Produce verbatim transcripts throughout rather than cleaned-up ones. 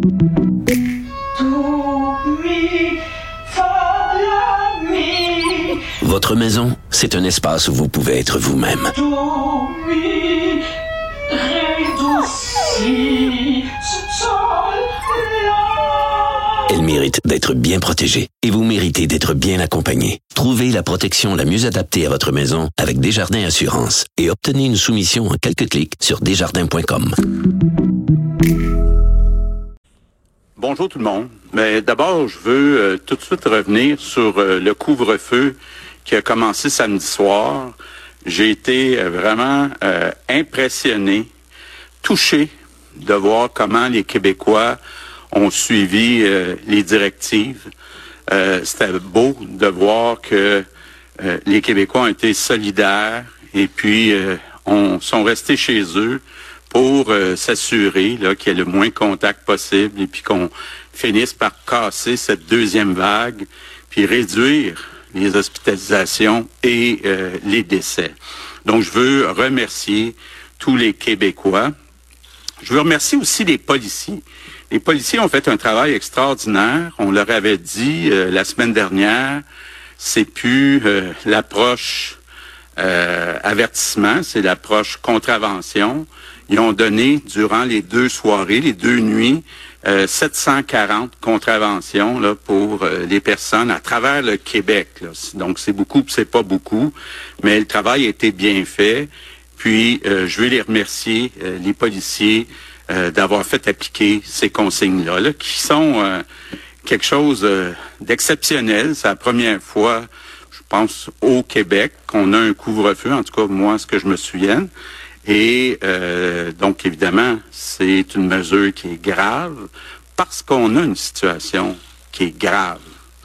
Votre maison, c'est un espace où vous pouvez être vous-même. Elle mérite d'être bien protégée et vous méritez d'être bien accompagné. Trouvez la protection la mieux adaptée à votre maison avec Desjardins Assurance et obtenez une soumission en quelques clics sur desjardins point com. Bonjour tout le monde. Mais d'abord, je veux euh, tout de suite revenir sur euh, le couvre-feu qui a commencé samedi soir. J'ai été euh, vraiment euh, impressionné, touché de voir comment les Québécois ont suivi euh, les directives. Euh, c'était beau de voir que euh, les Québécois ont été solidaires et puis euh, on sont restés chez eux pour euh, s'assurer là, qu'il y ait le moins de contact possible et puis qu'on finisse par casser cette deuxième vague puis réduire les hospitalisations et euh, les décès. Donc, je veux remercier tous les Québécois. Je veux remercier aussi les policiers. Les policiers ont fait un travail extraordinaire. On leur avait dit euh, la semaine dernière, c'est plus euh, l'approche euh, avertissement, c'est l'approche contravention. Ils ont donné, durant les deux soirées, les deux nuits, euh, sept cent quarante contraventions là, pour euh, les personnes à travers le Québec. Là. Donc, c'est beaucoup, c'est pas beaucoup, mais le travail a été bien fait. Puis, euh, je veux les remercier, euh, les policiers, euh, d'avoir fait appliquer ces consignes-là, là, qui sont euh, quelque chose euh, d'exceptionnel. C'est la première fois, je pense, au Québec qu'on a un couvre-feu, en tout cas, moi, ce que je me souvienne. Et euh, donc, évidemment, c'est une mesure qui est grave parce qu'on a une situation qui est grave.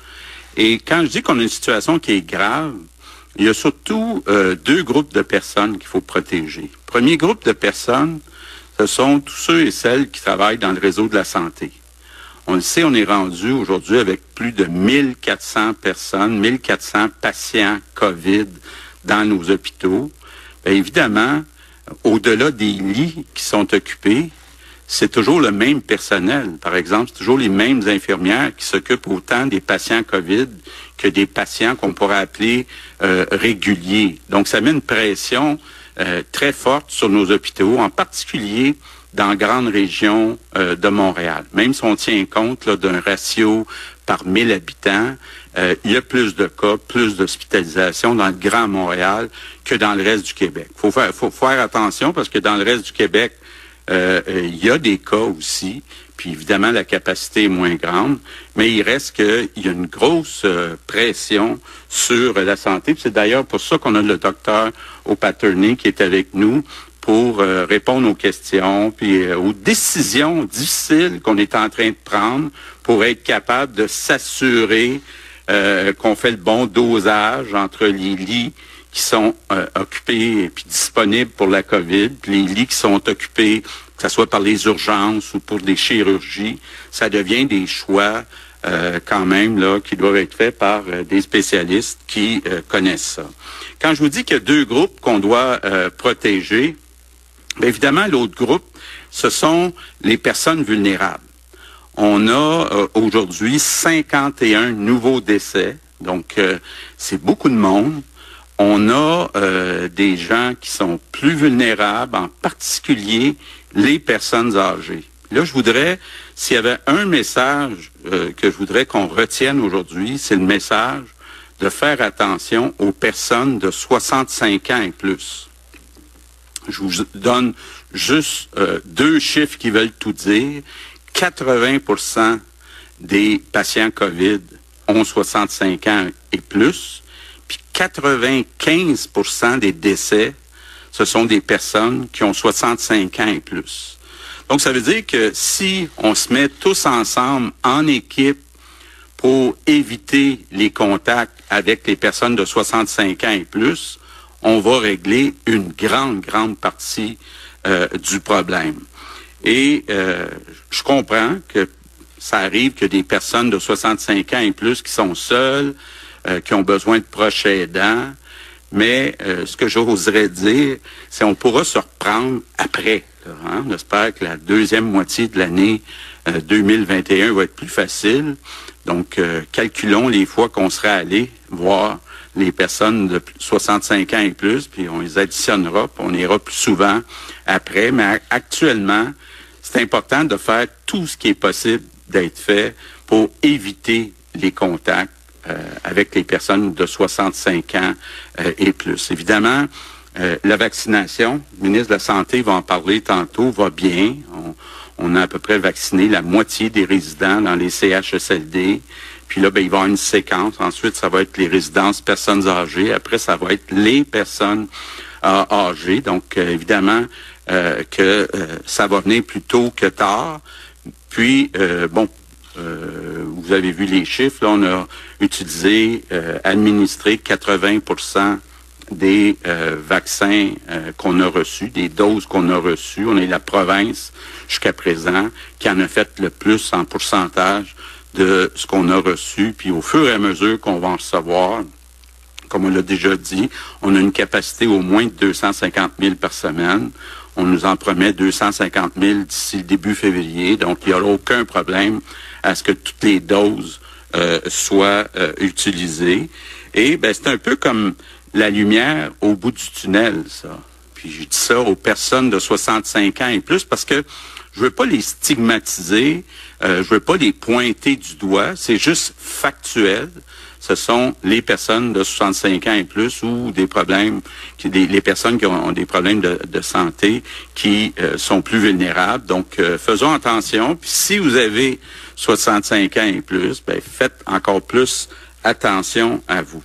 Et quand je dis qu'on a une situation qui est grave, il y a surtout euh, deux groupes de personnes qu'il faut protéger. Premier groupe de personnes, ce sont tous ceux et celles qui travaillent dans le réseau de la santé. On le sait, on est rendu aujourd'hui avec plus de mille quatre cents personnes, mille quatre cents patients COVID dans nos hôpitaux. Bien, évidemment, au-delà des lits qui sont occupés, c'est toujours le même personnel. Par exemple, c'est toujours les mêmes infirmières qui s'occupent autant des patients COVID que des patients qu'on pourrait appeler euh, réguliers. Donc, ça met une pression euh, très forte sur nos hôpitaux, en particulier dans la grande région euh, de Montréal. Même si on tient compte là, d'un ratio par mille habitants, euh, il y a plus de cas, plus d'hospitalisation dans le Grand Montréal que dans le reste du Québec. Faut faire, faut faire attention parce que dans le reste du Québec, euh, il y a des cas aussi, puis évidemment la capacité est moins grande, mais il reste qu'il y a une grosse euh, pression sur la santé. Puis c'est d'ailleurs pour ça qu'on a le docteur O'Patterney qui est avec nous pour euh, répondre aux questions, puis euh, aux décisions difficiles qu'on est en train de prendre pour être capable de s'assurer euh, qu'on fait le bon dosage entre les lits qui sont euh, occupés et puis disponibles pour la COVID, puis les lits qui sont occupés, que ce soit par les urgences ou pour des chirurgies. Ça devient des choix euh, quand même là qui doivent être faits par euh, des spécialistes qui euh, connaissent ça. Quand je vous dis qu'il y a deux groupes qu'on doit euh, protéger, bien évidemment, l'autre groupe, ce sont les personnes vulnérables. On a euh, aujourd'hui cinquante et un nouveaux décès, donc euh, c'est beaucoup de monde. On a euh, des gens qui sont plus vulnérables, en particulier les personnes âgées. Là, je voudrais, s'il y avait un message euh, que je voudrais qu'on retienne aujourd'hui, c'est le message de faire attention aux personnes de soixante-cinq ans et plus. Je vous donne juste euh, deux chiffres qui veulent tout dire. quatre-vingts pour cent des patients COVID ont soixante-cinq ans et plus, puis quatre-vingt-quinze pour cent des décès, ce sont des personnes qui ont soixante-cinq ans et plus. Donc, ça veut dire que si on se met tous ensemble en équipe pour éviter les contacts avec les personnes de soixante-cinq ans et plus, on va régler une grande, grande partie euh, du problème. Et euh, je comprends que ça arrive que des personnes de soixante-cinq ans et plus qui sont seules, euh, qui ont besoin de proches aidants, mais euh, ce que j'oserais dire, c'est qu'on pourra se reprendre après. Là, hein? On espère que la deuxième moitié de l'année euh, deux mille vingt et un va être plus facile. Donc, euh, calculons les fois qu'on serait allé voir les personnes de soixante-cinq ans et plus, puis on les additionnera, puis on ira plus souvent après. Mais actuellement, c'est important de faire tout ce qui est possible d'être fait pour éviter les contacts euh, avec les personnes de soixante-cinq ans euh, et plus. Évidemment, euh, la vaccination, le ministre de la Santé va en parler tantôt, va bien. On, on a à peu près vacciné la moitié des résidents dans les C H S L D. Puis là, ben, il va y avoir une séquence. Ensuite, ça va être les résidences personnes âgées. Après, ça va être les personnes euh, âgées. Donc, euh, évidemment, euh, que euh, ça va venir plus tôt que tard. Puis, euh, bon, euh, vous avez vu les chiffres. Là, on a utilisé, euh, administré quatre-vingts pour cent des euh, vaccins euh, qu'on a reçus, des doses qu'on a reçues. On est la province, jusqu'à présent, qui en a fait le plus en pourcentage de ce qu'on a reçu. Puis au fur et à mesure qu'on va en recevoir, comme on l'a déjà dit, on a une capacité au moins de deux cent cinquante mille par semaine. On nous en promet deux cent cinquante mille d'ici le début février. Donc, il n'y aura aucun problème à ce que toutes les doses euh, soient euh, utilisées. Et ben, c'est un peu comme la lumière au bout du tunnel, ça. Puis je dis ça aux personnes de soixante-cinq ans et plus parce que je veux pas les stigmatiser, euh, je veux pas les pointer du doigt, c'est juste factuel. Ce sont les personnes de soixante-cinq ans et plus ou des problèmes, qui, des, les personnes qui ont, ont des problèmes de, de santé qui euh, sont plus vulnérables. Donc, euh, faisons attention. Puis si vous avez soixante-cinq ans et plus, ben, faites encore plus attention à vous.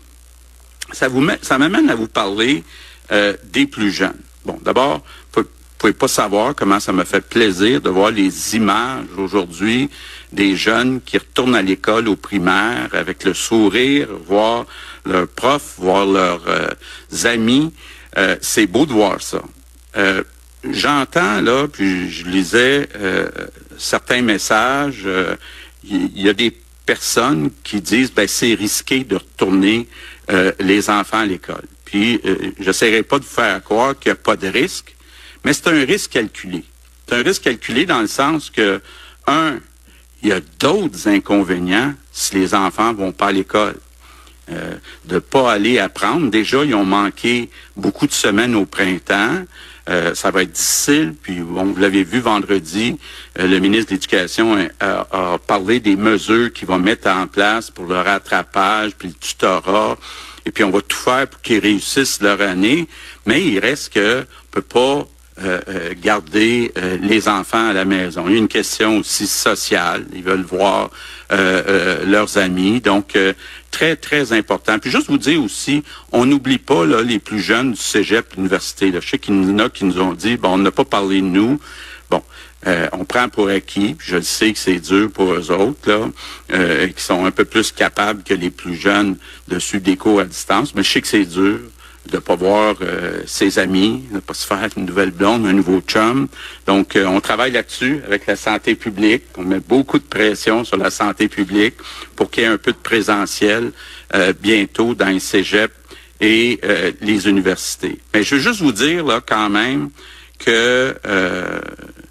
Ça vous met, ça m'amène à vous parler euh, des plus jeunes. Bon, d'abord, vous pouvez pas savoir comment ça me fait plaisir de voir les images aujourd'hui des jeunes qui retournent à l'école au primaire avec le sourire, voir leurs profs, voir leurs euh, amis. Euh, c'est beau de voir ça. Euh, j'entends, là, puis je lisais euh, certains messages, euh, il y, y a des personnes qui disent, ben c'est risqué de retourner euh, les enfants à l'école. Puis, euh, j'essaierai pas de vous faire croire qu'il n'y a pas de risque, mais c'est un risque calculé. C'est un risque calculé dans le sens que, un, il y a d'autres inconvénients si les enfants vont pas à l'école. Euh, de pas aller apprendre. Déjà, ils ont manqué beaucoup de semaines au printemps. Euh, ça va être difficile. Puis, bon, vous l'avez vu vendredi, euh, le ministre de l'Éducation a, a, a parlé des mesures qu'il va mettre en place pour le rattrapage, puis le tutorat. Et puis, on va tout faire pour qu'ils réussissent leur année. Mais il reste que on peut pas Euh, euh, garder euh, les enfants à la maison. Il y a une question aussi sociale. Ils veulent voir euh, euh, leurs amis. Donc, euh, très, très important. Puis juste vous dire aussi, on n'oublie pas là, les plus jeunes du cégep, l'université. Là. Je sais qu'il y en a qui nous ont dit, bon, on n'a pas parlé de nous. Bon, euh, on prend pour acquis. Puis je le sais que c'est dur pour eux autres, là, euh, qui sont un peu plus capables que les plus jeunes de suivre des cours à distance. Mais je sais que c'est dur de pas voir euh, ses amis, de pas se faire une nouvelle blonde, un nouveau chum. Donc, euh, on travaille là-dessus avec la santé publique. On met beaucoup de pression sur la santé publique pour qu'il y ait un peu de présentiel euh, bientôt dans les cégeps et euh, les universités. Mais je veux juste vous dire, là, quand même, que euh,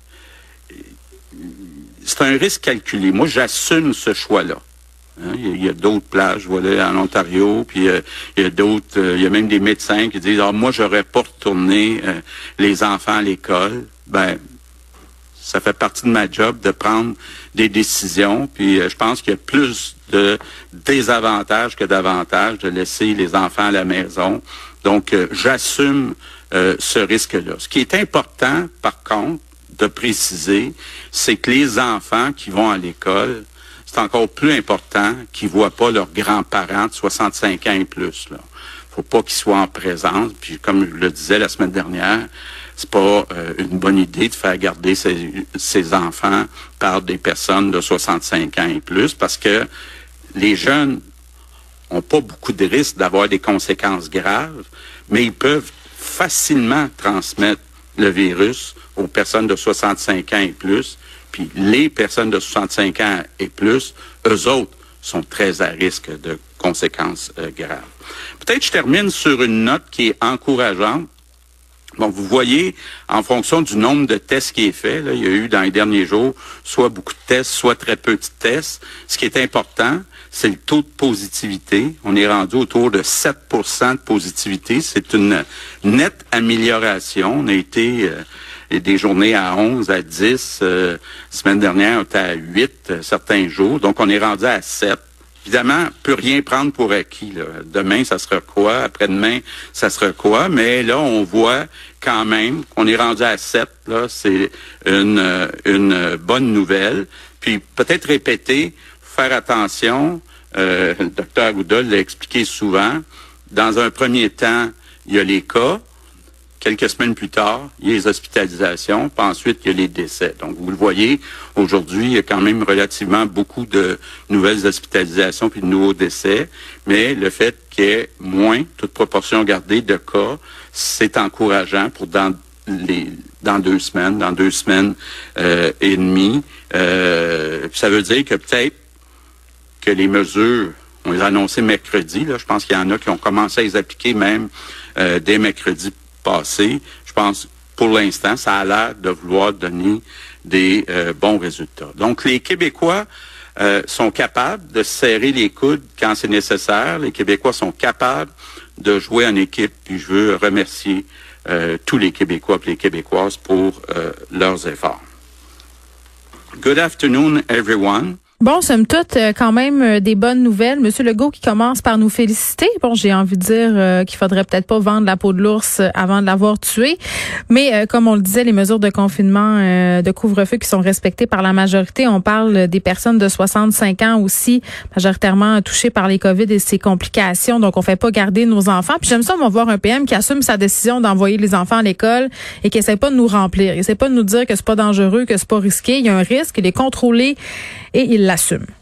c'est un risque calculé. Moi, j'assume ce choix-là. Hein, il y a, a d'autres plages, voilà, en Ontario, puis euh, il y a d'autres, euh, il y a même des médecins qui disent, ah, moi, j'aurais pas retourné euh, les enfants à l'école. Ben, ça fait partie de ma job de prendre des décisions, puis euh, je pense qu'il y a plus de désavantages que d'avantages de laisser les enfants à la maison. Donc, euh, j'assume euh, ce risque-là. Ce qui est important, par contre, de préciser, c'est que les enfants qui vont à l'école, c'est encore plus important qu'ils ne voient pas leurs grands-parents de soixante-cinq ans et plus. Il ne faut pas qu'ils soient en présence. Puis comme je le disais la semaine dernière, c'est pas euh, une bonne idée de faire garder ses, ses enfants par des personnes de soixante-cinq ans et plus parce que les jeunes n'ont pas beaucoup de risques d'avoir des conséquences graves, mais ils peuvent facilement transmettre le virus aux personnes de soixante-cinq ans et plus. Puis les personnes de soixante-cinq ans et plus, eux autres, sont très à risque de conséquences euh, graves. Peut-être je termine sur une note qui est encourageante. Bon, vous voyez, en fonction du nombre de tests qui est fait, là, il y a eu dans les derniers jours soit beaucoup de tests, soit très peu de tests. Ce qui est important, c'est le taux de positivité. On est rendu autour de sept pour cent de positivité. C'est une nette amélioration. On a été euh, des journées à onze, à dix. Euh, semaine dernière, on était à huit euh, certains jours. Donc, on est rendu à sept. Évidemment, on ne peut rien prendre pour acquis, là. Demain, ça sera quoi? Après-demain, ça sera quoi? Mais là, on voit quand même qu'on est rendu à sept. Là, c'est une, une bonne nouvelle. Puis peut-être répéter, faire attention. Euh, le docteur Arruda l'a expliqué souvent. Dans un premier temps, il y a les cas. Quelques semaines plus tard, il y a les hospitalisations, puis ensuite, il y a les décès. Donc, vous le voyez, aujourd'hui, il y a quand même relativement beaucoup de nouvelles hospitalisations puis de nouveaux décès, mais le fait qu'il y ait moins, toute proportion gardée, de cas, c'est encourageant pour dans les dans deux semaines, dans deux semaines euh, et demie. Euh, ça veut dire que peut-être que les mesures, on les a annoncées mercredi, là, je pense qu'il y en a qui ont commencé à les appliquer même euh, dès mercredi passé. Je pense, pour l'instant, ça a l'air de vouloir donner des euh, bons résultats. Donc, les Québécois euh, sont capables de serrer les coudes quand c'est nécessaire. Les Québécois sont capables de jouer en équipe. Puis, je veux remercier euh, tous les Québécois et les Québécoises pour euh, leurs efforts. Good afternoon, everyone. Bon, somme toute, quand même des bonnes nouvelles. Monsieur Legault qui commence par nous féliciter. Bon, j'ai envie de dire euh, qu'il faudrait peut-être pas vendre la peau de l'ours avant de l'avoir tué. Mais euh, comme on le disait, les mesures de confinement, euh, de couvre-feu qui sont respectées par la majorité. On parle des personnes de soixante-cinq ans aussi, majoritairement touchées par les COVID et ses complications. Donc, on fait pas garder nos enfants. Puis j'aime ça, on va voir un P M qui assume sa décision d'envoyer les enfants à l'école et qui essaie pas de nous remplir. Il essaie pas de nous dire que c'est pas dangereux, que c'est pas risqué. Il y a un risque, il est contrôlé et il l'assume.